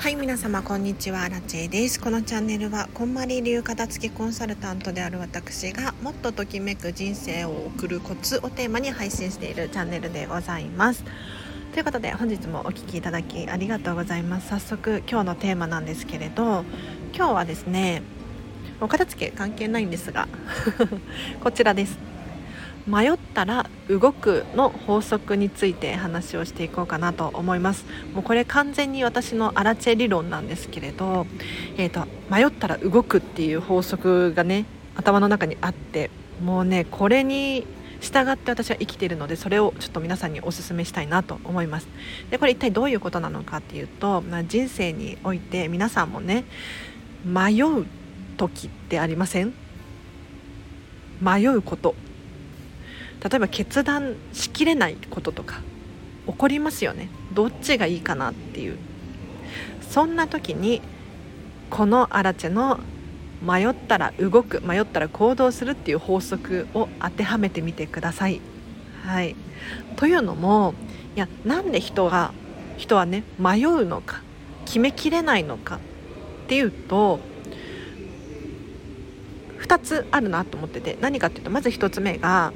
はい、皆様こんにちは、ラチェです。このチャンネルはこんまり流片付けコンサルタントである私がもっとときめく人生を送るコツをテーマに配信しているチャンネルでございます。ということで本日もお聞きいただきありがとうございます。早速今日のテーマなんですけれど、今日はですね、お片付け関係ないんですがこちらです。迷ったら動くの法則について話をしていこうかなと思います。もうこれ完全に私のアラチェ理論なんですけれど、迷ったら動くっていう法則がね頭の中にあって、もうねこれに従って私は生きているので、それをちょっと皆さんにお勧めしたいなと思います。でこれ一体どういうことなのかっていうと、人生において皆さんもね迷う時ってありません？迷うこと、例えば決断しきれないこととか起こりますよね。どっちがいいかなっていう。そんな時にこのアラチェの迷ったら動く、迷ったら行動するっていう法則を当てはめてみてください。はい。というのも、なんで人はね迷うのか、決めきれないのかっていうと、2つあるなと思ってて、何かっていうと、まず1つ目が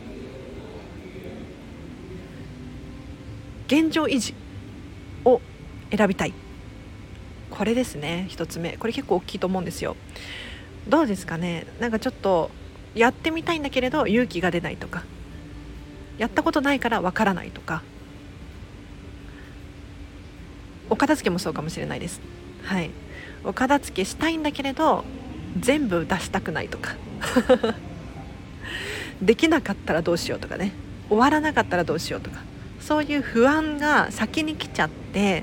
現状維持を選びたい。これですね。1つ目、これ結構大きいと思うんですよ。どうですかね。なんかちょっとやってみたいんだけれど勇気が出ないとか、やったことないからわからないとか、お片付けもそうかもしれないです。はい。お片付けしたいんだけれど全部出したくないとかできなかったらどうしようとかね、終わらなかったらどうしようとか、そういう不安が先に来ちゃって、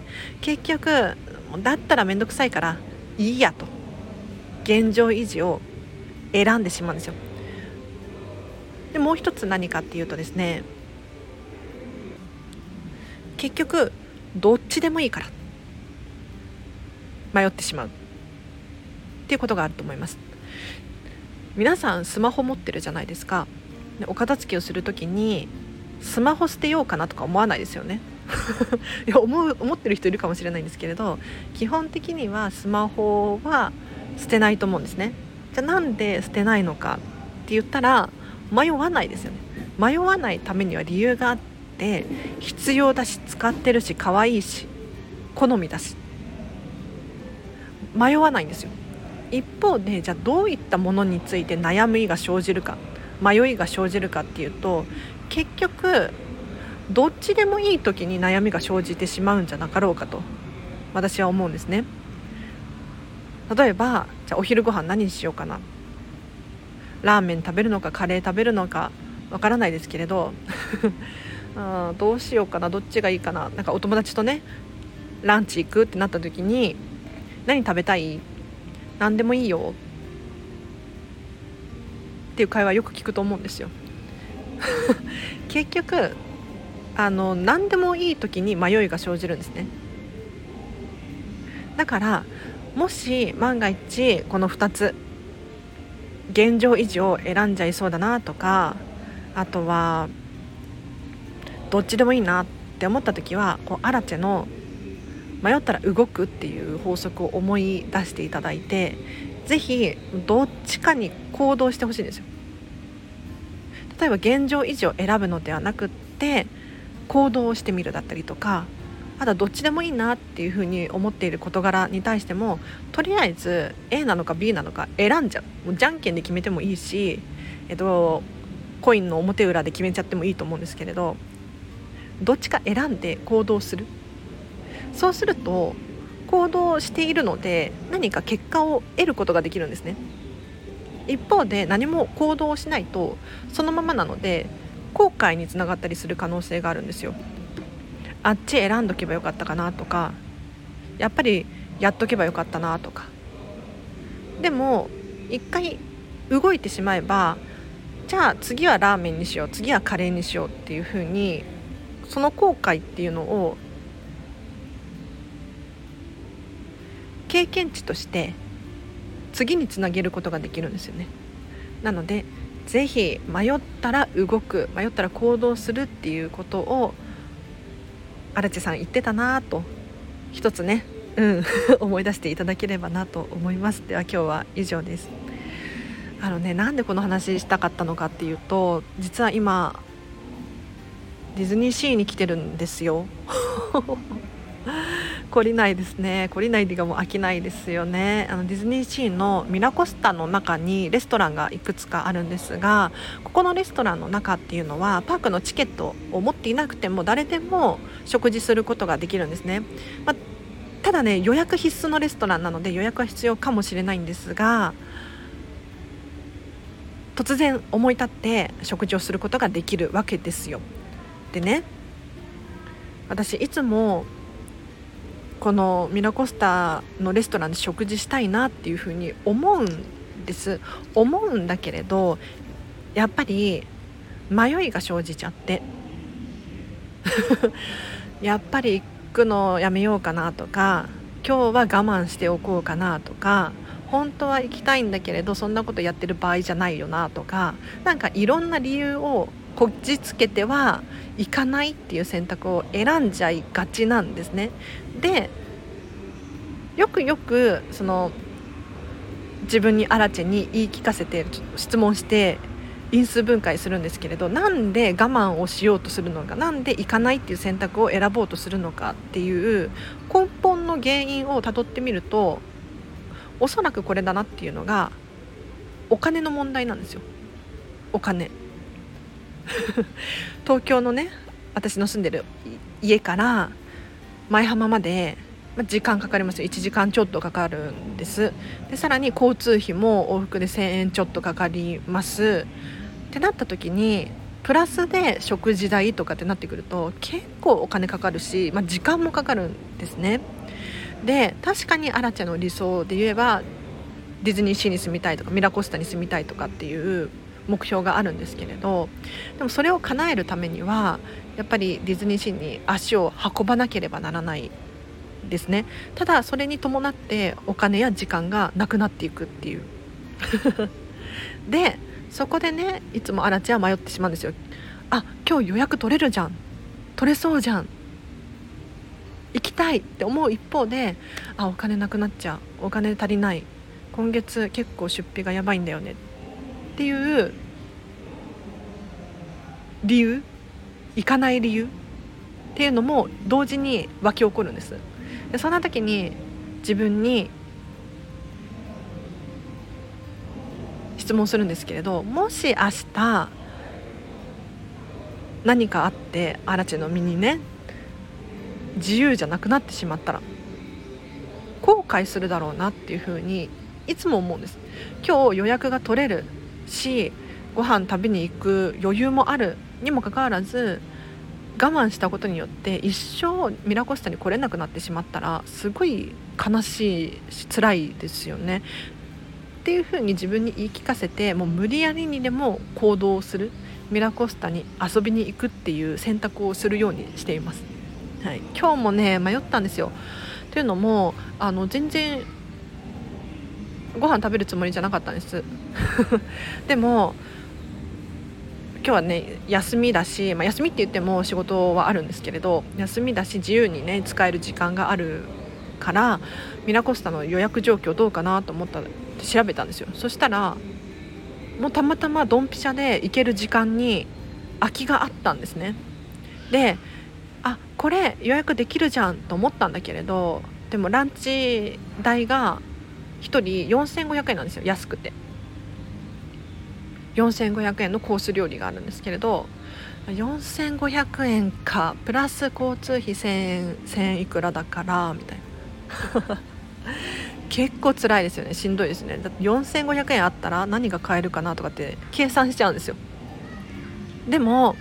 結局だったらめんどくさいからいいやと現状維持を選んでしまうんですよ。でもう一つ何かっていうとですね、結局どっちでもいいから迷ってしまうっていうことがあると思います。皆さんスマホ持ってるじゃないですか。でお片付けをするときにスマホ捨てようかなとか思わないですよねいや思ってる人いるかもしれないんですけれど、基本的にはスマホは捨てないと思うんですね。じゃあなんで捨てないのかって言ったら、迷わないですよね。迷わないためには理由があって、必要だし、使ってるし、可愛いし、好みだし、迷わないんですよ。一方で、じゃあどういったものについて悩みが生じるか、迷いが生じるかっていうと、結局どっちでもいい時に悩みが生じてしまうんじゃなかろうかと私は思うんですね。例えば、じゃあお昼ご飯何にしようかな、ラーメン食べるのかカレー食べるのかわからないですけれどどうしようかな、どっちがいいかな、なんかお友達とねランチ行くってなった時に、何食べたい、何でもいいよっていう会話よく聞くと思うんですよ結局何でもいい時に迷いが生じるんですね。だからもし万が一この2つ、現状維持を選んじゃいそうだなとか、あとはどっちでもいいなって思った時は、こうアラチェの迷ったら動くっていう法則を思い出していただいて、ぜひどっちかに行動してほしいんですよ。例えば現状維持を選ぶのではなくって行動をしてみるだったりとか、あとはどっちでもいいなっていうふうに思っている事柄に対しても、とりあえず A なのか B なのか選んじゃう。もうじゃんけんで決めてもいいし、コインの表裏で決めちゃってもいいと思うんですけれど、どっちか選んで行動する。そうすると行動しているので何か結果を得ることができるんですね。一方で何も行動をしないとそのままなので後悔につながったりする可能性があるんですよ。あっち選んどけばよかったかなとか、やっぱりやっとけばよかったなとか。でも一回動いてしまえば、じゃあ次はラーメンにしよう、次はカレーにしようっていう風に、その後悔っていうのを経験値として次につなげることができるんですよね。なのでぜひ迷ったら動く、迷ったら行動するっていうことをアラチェさん言ってたなと、一つね思い出していただければなと思います。では今日は以上です。なんでこの話したかったのかっていうと、実は今ディズニーシーに来てるんですよ懲りないですね。懲りないでがもう飽きないですよね。ディズニーシーのミラコスタの中にレストランがいくつかあるんですが、ここのレストランの中っていうのはパークのチケットを持っていなくても誰でも食事することができるんですね。ただね、予約必須のレストランなので予約は必要かもしれないんですが、突然思い立って食事をすることができるわけですよ。でね、私いつもこのミラコスタのレストランで食事したいなっていうふうに思うんだけれど、やっぱり迷いが生じちゃってやっぱり行くのやめようかなとか、今日は我慢しておこうかなとか、本当は行きたいんだけれどそんなことやってる場合じゃないよなとか、なんかいろんな理由をこじつけては行かないっていう選択を選んじゃいがちなんですね。で、よくその自分にアラチェに言い聞かせて質問して因数分解するんですけれど、なんで我慢をしようとするのか、なんで行かないっていう選択を選ぼうとするのかっていう根本の原因をたどってみると、おそらくこれだなっていうのがお金の問題なんですよ。お金東京のね、私の住んでる家から舞浜まで時間かかりますよ。1時間ちょっとかかるんです。でさらに交通費も往復で1000円ちょっとかかりますってなった時に、プラスで食事代とかってなってくると結構お金かかるし、時間もかかるんですね。で確かにアラチェの理想で言えばディズニーシーに住みたいとかミラコスタに住みたいとかっていう目標があるんですけれど、でもそれを叶えるためにはやっぱりディズニーシーに足を運ばなければならないですね。ただそれに伴ってお金や時間がなくなっていくっていうでそこでね、いつもアラチは迷ってしまうんですよ。今日予約取れるじゃん、取れそうじゃん、行きたいって思う一方で、お金なくなっちゃう、お金足りない、今月結構出費がやばいんだよねっていう理由、行かない理由っていうのも同時に湧き起こるんです。でそんな時に自分に質問するんですけれど、もし明日何かあってアラチェの身にね自由じゃなくなってしまったら後悔するだろうなっていうふうにいつも思うんです。今日予約が取れるしご飯食べに行く余裕もあるにもかかわらず、我慢したことによって一生ミラコスタに来れなくなってしまったらすごい悲しいし辛いですよねっていうふうに自分に言い聞かせて、もう無理やりにでも行動する、ミラコスタに遊びに行くっていう選択をするようにしています。今日もね迷ったんですよ。というのも全然ご飯食べるつもりじゃなかったんですでも今日はね休みだし、休みって言っても仕事はあるんですけれど、休みだし自由にね使える時間があるからミラコスタの予約状況どうかなと思ったら調べたんですよ。そしたらもうたまたまドンピシャで行ける時間に空きがあったんですね。でこれ予約できるじゃんと思ったんだけれど、でもランチ代が1人4500円なんですよ。安くて4500円のコース料理があるんですけれど、4500円かプラス交通費1000円いくらだからみたいな結構辛いですよね。しんどいですね。だって4500円あったら何が買えるかなとかって計算しちゃうんですよ。でも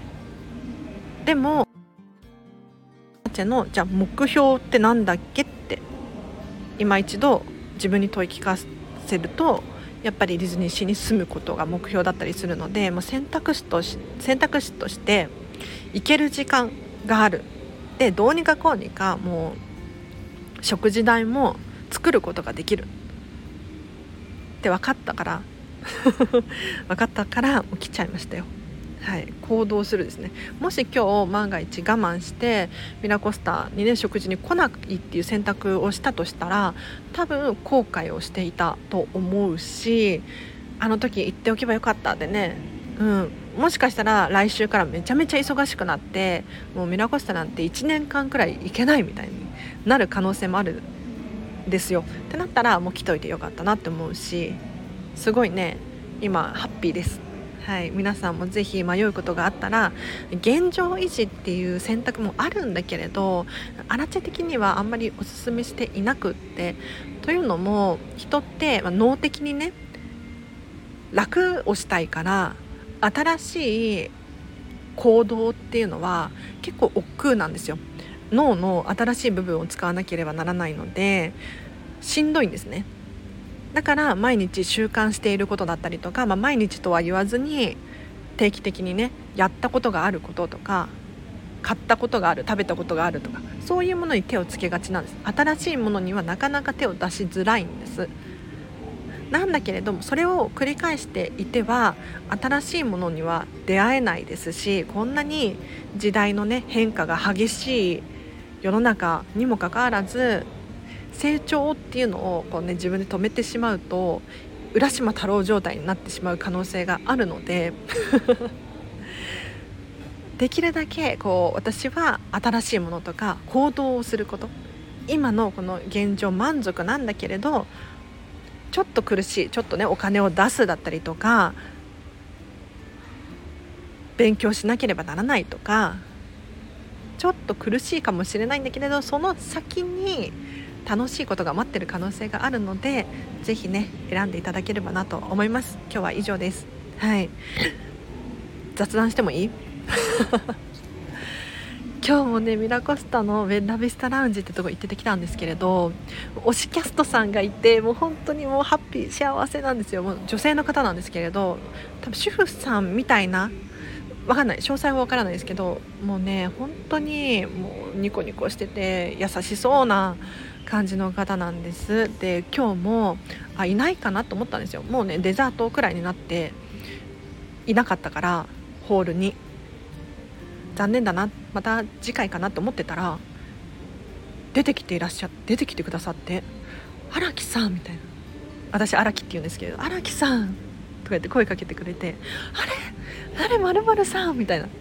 じゃあ目標ってなんだっけって今一度自分に問い聞かせると、やっぱりディズニーシーに住むことが目標だったりするので、もう選択肢として行ける時間がある。でどうにかこうにかもう食事代も作ることができるって分かったからもう来ちゃいましたよ。 行動するですね。もし今日万が一我慢してミラコスタにね食事に来ないっていう選択をしたとしたら、多分後悔をしていたと思うし、あの時言っておけばよかったでね、もしかしたら来週からめちゃめちゃ忙しくなって、もうミラコスタなんて1年間くらい行けないみたいになる可能性もあるんですよ。ってなったらもう来といてよかったなって思うし、すごいね今ハッピーです。皆さんもぜひ迷うことがあったら、現状維持っていう選択もあるんだけれど、アラチェ的にはあんまりおすすめしていなくって、というのも人って、脳的にね楽をしたいから、新しい行動っていうのは結構億劫なんですよ。脳の新しい部分を使わなければならないのでしんどいんですね。だから毎日習慣していることだったりとか、毎日とは言わずに定期的にねやったことがあることとか、買ったことがある、食べたことがあるとか、そういうものに手をつけがちなんです。新しいものにはなかなか手を出しづらいんです。なんだけれども、それを繰り返していては新しいものには出会えないですし、こんなに時代のね変化が激しい世の中にもかかわらず、成長っていうのを自分で止めてしまうと浦島太郎状態になってしまう可能性があるのでできるだけ私は新しいものとか行動をすること、今のこの現状満足なんだけれどちょっと苦しい、ちょっとねお金を出すだったりとか、勉強しなければならないとか、ちょっと苦しいかもしれないんだけれど、その先に楽しいことが待ってる可能性があるので、ぜひね選んでいただければなと思います。今日は以上です。雑談してもいい？今日もねミラコスタのベッラビスタラウンジってとこ行ってきたんですけれど、推しキャストさんがいて、もう本当にもうハッピー幸せなんですよ。もう女性の方なんですけれど、多分主婦さんみたいな、わかんない、詳細はわからないですけど、もうね本当にもうニコニコしてて優しそうな感じの方なんです。で今日もいないかなと思ったんですよ。もうねデザートくらいになっていなかったから、ホールに残念だな、また次回かなと思ってたら出てきてくださって、荒木さんみたいな、私荒木って言うんですけど、荒木さんとか言って声かけてくれて、あれ〇〇さんみたいな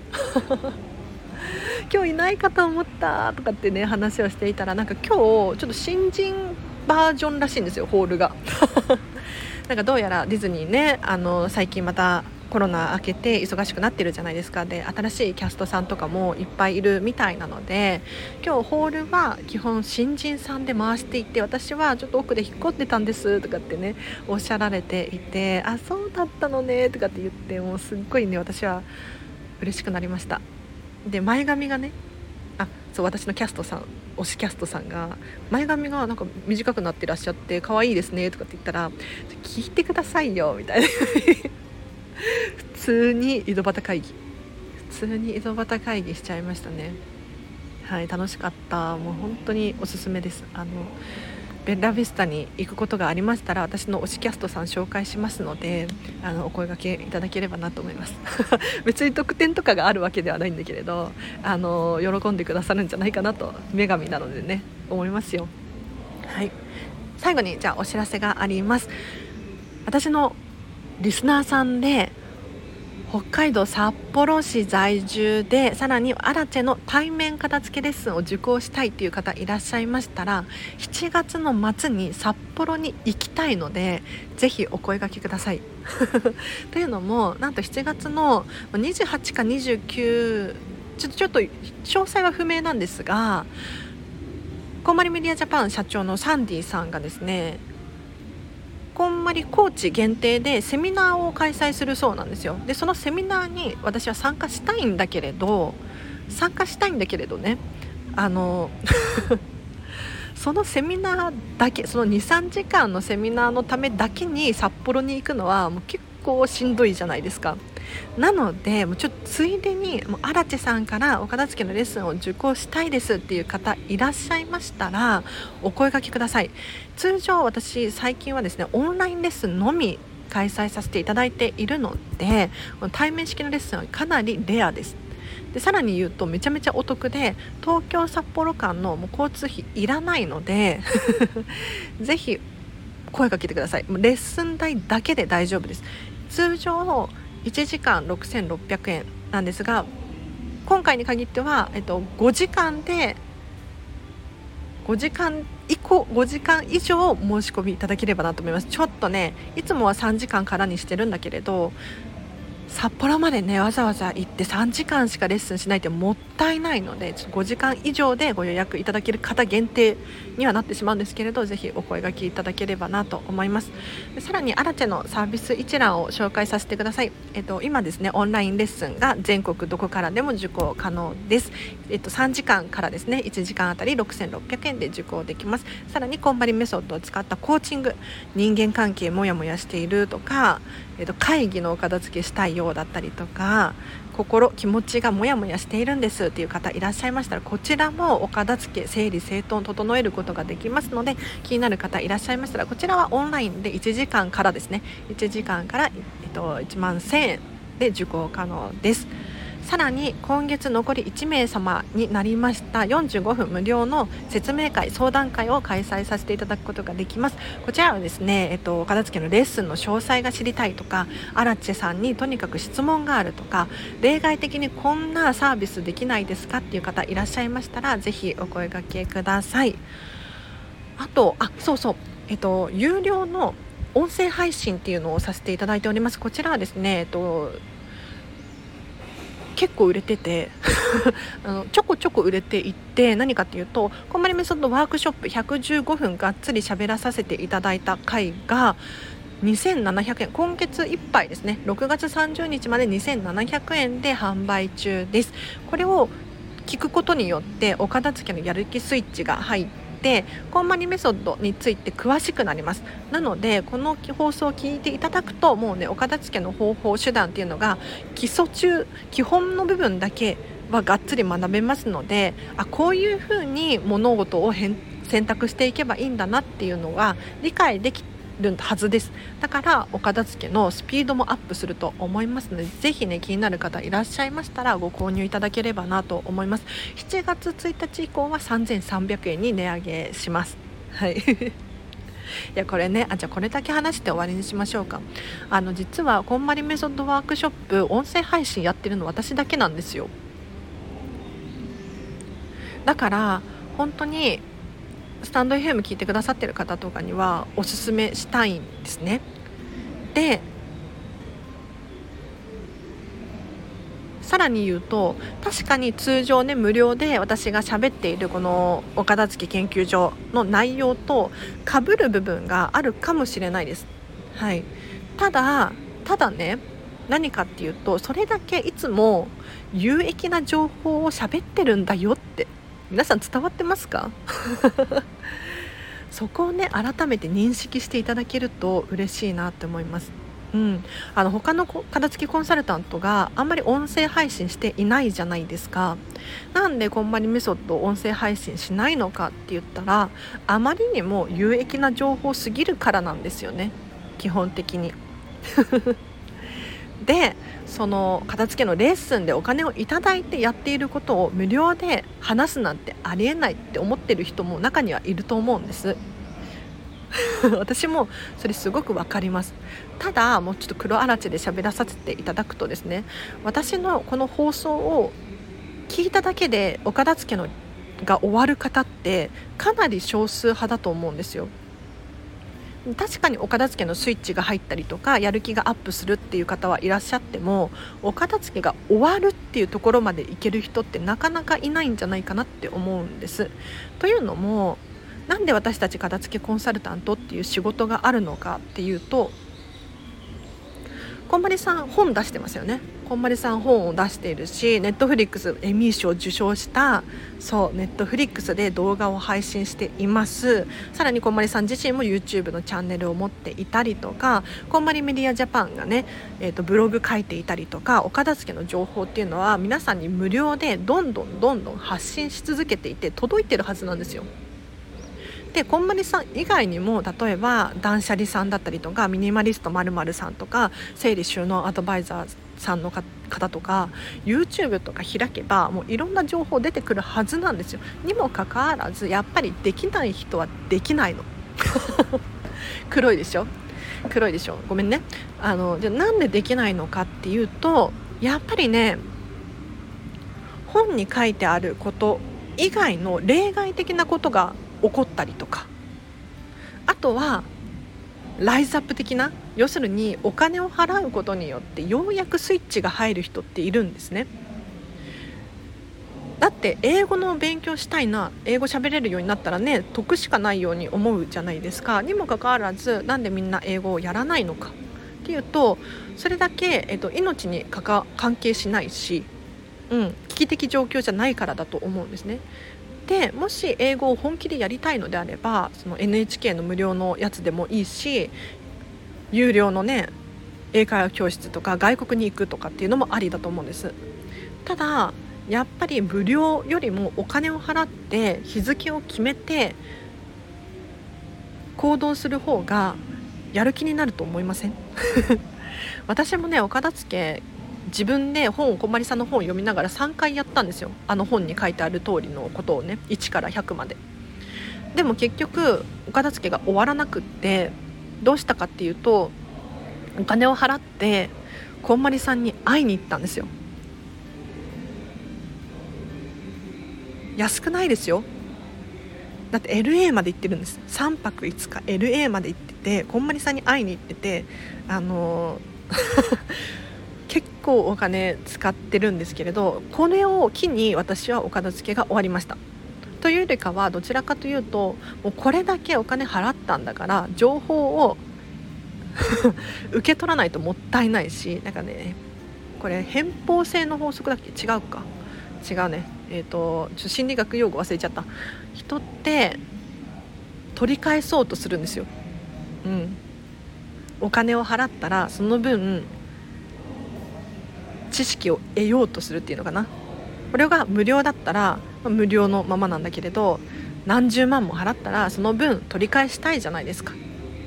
今日いないかと思ったとかってね話をしていたら、なんか今日ちょっと新人バージョンらしいんですよ、ホールがなんかどうやらディズニーね最近またコロナ明けて忙しくなってるじゃないですか。で新しいキャストさんとかもいっぱいいるみたいなので、今日ホールは基本新人さんで回していて、私はちょっと奥で引っ込んでたんですとかってねおっしゃられていて、あそうだったのねとかって言って、もうすっごいね私は嬉しくなりました。で前髪がね、そう私のキャストさん、推しキャストさんが前髪がなんか短くなってらっしゃって可愛いですねとかって言ったら、聞いてくださいよみたいな普通に井戸端会議しちゃいましたね。楽しかった。もう本当におすすめです。ベッラビスタに行くことがありましたら、私の推しキャストさん紹介しますので、お声掛けいただければなと思います別に特典とかがあるわけではないんだけれど、喜んでくださるんじゃないかなと、女神なのでね思いますよ。最後にじゃあお知らせがあります。私のリスナーさんで北海道札幌市在住で、さらにアラチェの対面片付けレッスンを受講したいという方いらっしゃいましたら、7月の末に札幌に行きたいのでぜひお声掛けくださいというのも、なんと7月の28か29、ちょっと詳細は不明なんですが、こんまりメディアジャパン社長のサンディさんがですね、こんまり高知限定でセミナーを開催するそうなんですよ。でそのセミナーに私は参加したいんだけれどねそのセミナーだけ、その 2,3 時間のセミナーのためだけに札幌に行くのはもう結構しんどいじゃないですか。なのでもうちょっとついでにアラチェさんからお片付けのレッスンを受講したいですっていう方いらっしゃいましたらお声掛けください。通常私最近はですねオンラインレッスンのみ開催させていただいているので、対面式のレッスンはかなりレアです。でさらに言うとめちゃめちゃお得で、東京札幌間のもう交通費いらないのでぜひ声かけてください。もうレッスン代だけで大丈夫です。通常1時間6600円なんですが、今回に限っては、5時間で5時間以上申し込みいただければなと思います。ちょっとね、いつもは3時間からにしてるんだけれど、札幌までねわざわざ行って3時間しかレッスンしないってもったいないので、ちょっと5時間以上でご予約いただける方限定にはなってしまうんですけれど、ぜひお声掛けいただければなと思います。でさらにアラチェのサービス一覧を紹介させてください。今ですね、オンラインレッスンが全国どこからでも受講可能です。3時間からですね、1時間あたり6600円で受講できます。さらにこんまりメソッドを使ったコーチング、人間関係もやもやしているとか、会議のお片付けしたいようだったりとか、気持ちがモヤモヤしているんですっていう方いらっしゃいましたら、こちらもお片付け、整理整頓整えることができますので、気になる方いらっしゃいましたら、こちらはオンラインで1時間からですね、1時間から、1万1000円で受講可能です。さらに今月残り1名様になりました45分無料の説明会、相談会を開催させていただくことができます。こちらはですね、お片付けのレッスンの詳細が知りたいとか、アラチェさんにとにかく質問があるとか、例外的にこんなサービスできないですかっていう方いらっしゃいましたら、ぜひお声掛けください。あと有料の音声配信っていうのをさせていただいております。こちらはですね、結構売れててちょこちょこ売れていって、何かっていうと、こんまりメソッドワークショップ115分がっつり喋らさせていただいた回が2700円、今月いっぱいですね、6月30日まで2700円で販売中です。これを聞くことによってお片付けのやる気スイッチが入ってこんまりメソッドについて詳しくなります。なのでこの放送を聞いていただくと、もうね、お片付けの方法手段っていうのが基本の部分だけはがっつり学べますので、こういうふうに物事を選択していけばいいんだなっていうのが理解できるはずです。だからお片付けのスピードもアップすると思いますので、ぜひね、気になる方いらっしゃいましたらご購入いただければなと思います。7月1日以降は3300円に値上げします。はいいやこれね、じゃあこれだけ話して終わりにしましょうか。実はこんまりメソッドワークショップ音声配信やってるの私だけなんですよ。だから本当にスタンド FM 聞いてくださってる方とかにはおすすめしたいんですね。でさらに言うと、確かに通常ね、無料で私が喋っているこのお片付け研究所の内容と被る部分があるかもしれないです。はい。ただね、何かっていうと、それだけいつも有益な情報を喋ってるんだよって、皆さん伝わってますかそこをね、改めて認識していただけると嬉しいなって思います。他の片付きコンサルタントがあんまり音声配信していないじゃないですか。なんでこんまりメソッドを音声配信しないのかって言ったら、あまりにも有益な情報すぎるからなんですよね、基本的にで、その片付けのレッスンでお金をいただいてやっていることを無料で話すなんてありえないって思ってる人も中にはいると思うんです私もそれすごくわかります。ただもうちょっと黒あらちで喋らさせていただくとですね、私のこの放送を聞いただけでお片付けのが終わる方ってかなり少数派だと思うんですよ。確かにお片付けのスイッチが入ったりとか、やる気がアップするっていう方はいらっしゃっても、お片付けが終わるっていうところまでいける人ってなかなかいないんじゃないかなって思うんです。というのも、なんで私たち片付けコンサルタントっていう仕事があるのかっていうと、こんまりさん本出してますよね。こんまりさん本を出しているし、ネットフリックスエミー賞を受賞したネットフリックスで動画を配信しています。さらにこんまりさん自身も YouTube のチャンネルを持っていたりとか、こんまりメディアジャパンがね、ブログ書いていたりとか、お片付けの情報っていうのは皆さんに無料でどんどん発信し続けていて届いてるはずなんですよ。 でこんまりさん以外にも、例えば断捨離さんだったりとかミニマリスト〇〇さんとか整理収納アドバイザーさんの方とか YouTube とか開けばもういろんな情報出てくるはずなんですよ。にもかかわらずやっぱりできない人はできないの黒いでしょごめんね。じゃあなんでできないのかっていうと、やっぱりね、本に書いてあること以外の例外的なことが起こったりとか、あとはライズアップ的な、要するにお金を払うことによってようやくスイッチが入る人っているんですね。だって英語の勉強したいな、英語喋れるようになったらね、得しかないように思うじゃないですか。にもかかわらずなんでみんな英語をやらないのかっていうと、それだけ、命に関係しないし、危機的状況じゃないからだと思うんですね。でもし英語を本気でやりたいのであれば、その NHK の無料のやつでもいいし、有料のね英会話教室とか外国に行くとかっていうのもありだと思うんです。ただやっぱり無料よりもお金を払って日付を決めて行動する方がやる気になると思いません私もね、お片付け自分でこんまりさんの本を読みながら3回やったんですよ。あの本に書いてある通りのことをね、1から100まで。でも結局お片付けが終わらなくって、どうしたかっていうと、お金を払ってこんまりさんに会いに行ったんですよ。安くないですよ。だって LA まで行ってるんです。3泊5日 LA まで行ってて、こんまりさんに会いに行ってて、結構お金使ってるんですけれど、これを機に私はお片付けが終わりました。というよりかはどちらかというと、もうこれだけお金払ったんだから情報を受け取らないともったいないし、なんかね、これ偏方性の法則だっけ、違うか、違うね、心理学用語忘れちゃった。人って取り返そうとするんですよ。お金を払ったらその分知識を得ようとするっていうのかな。これが無料だったら、無料のままなんだけれど、何十万も払ったらその分取り返したいじゃないですか。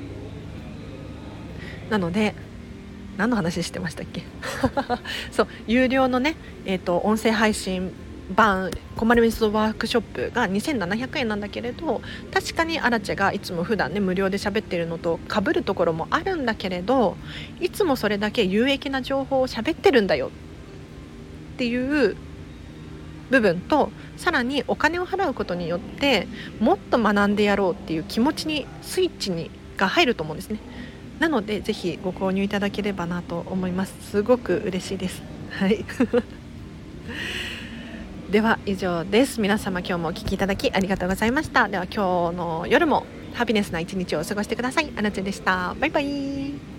なので何の話してましたっけそう、有料のね、音声配信版こまりメソッドワークショップが2700円なんだけれど、確かにアラチェがいつも普段ね無料で喋ってるのと被るところもあるんだけれど、いつもそれだけ有益な情報を喋ってるんだよっていう部分と、さらにお金を払うことによってもっと学んでやろうっていう気持ちにスイッチが入ると思うんですね。なのでぜひご購入いただければなと思います。すごく嬉しいです。はいでは以上です。皆様今日もお聞きいただきありがとうございました。では今日の夜もハピネスな一日を過ごしてください。あなちゃんでした。バイバイ。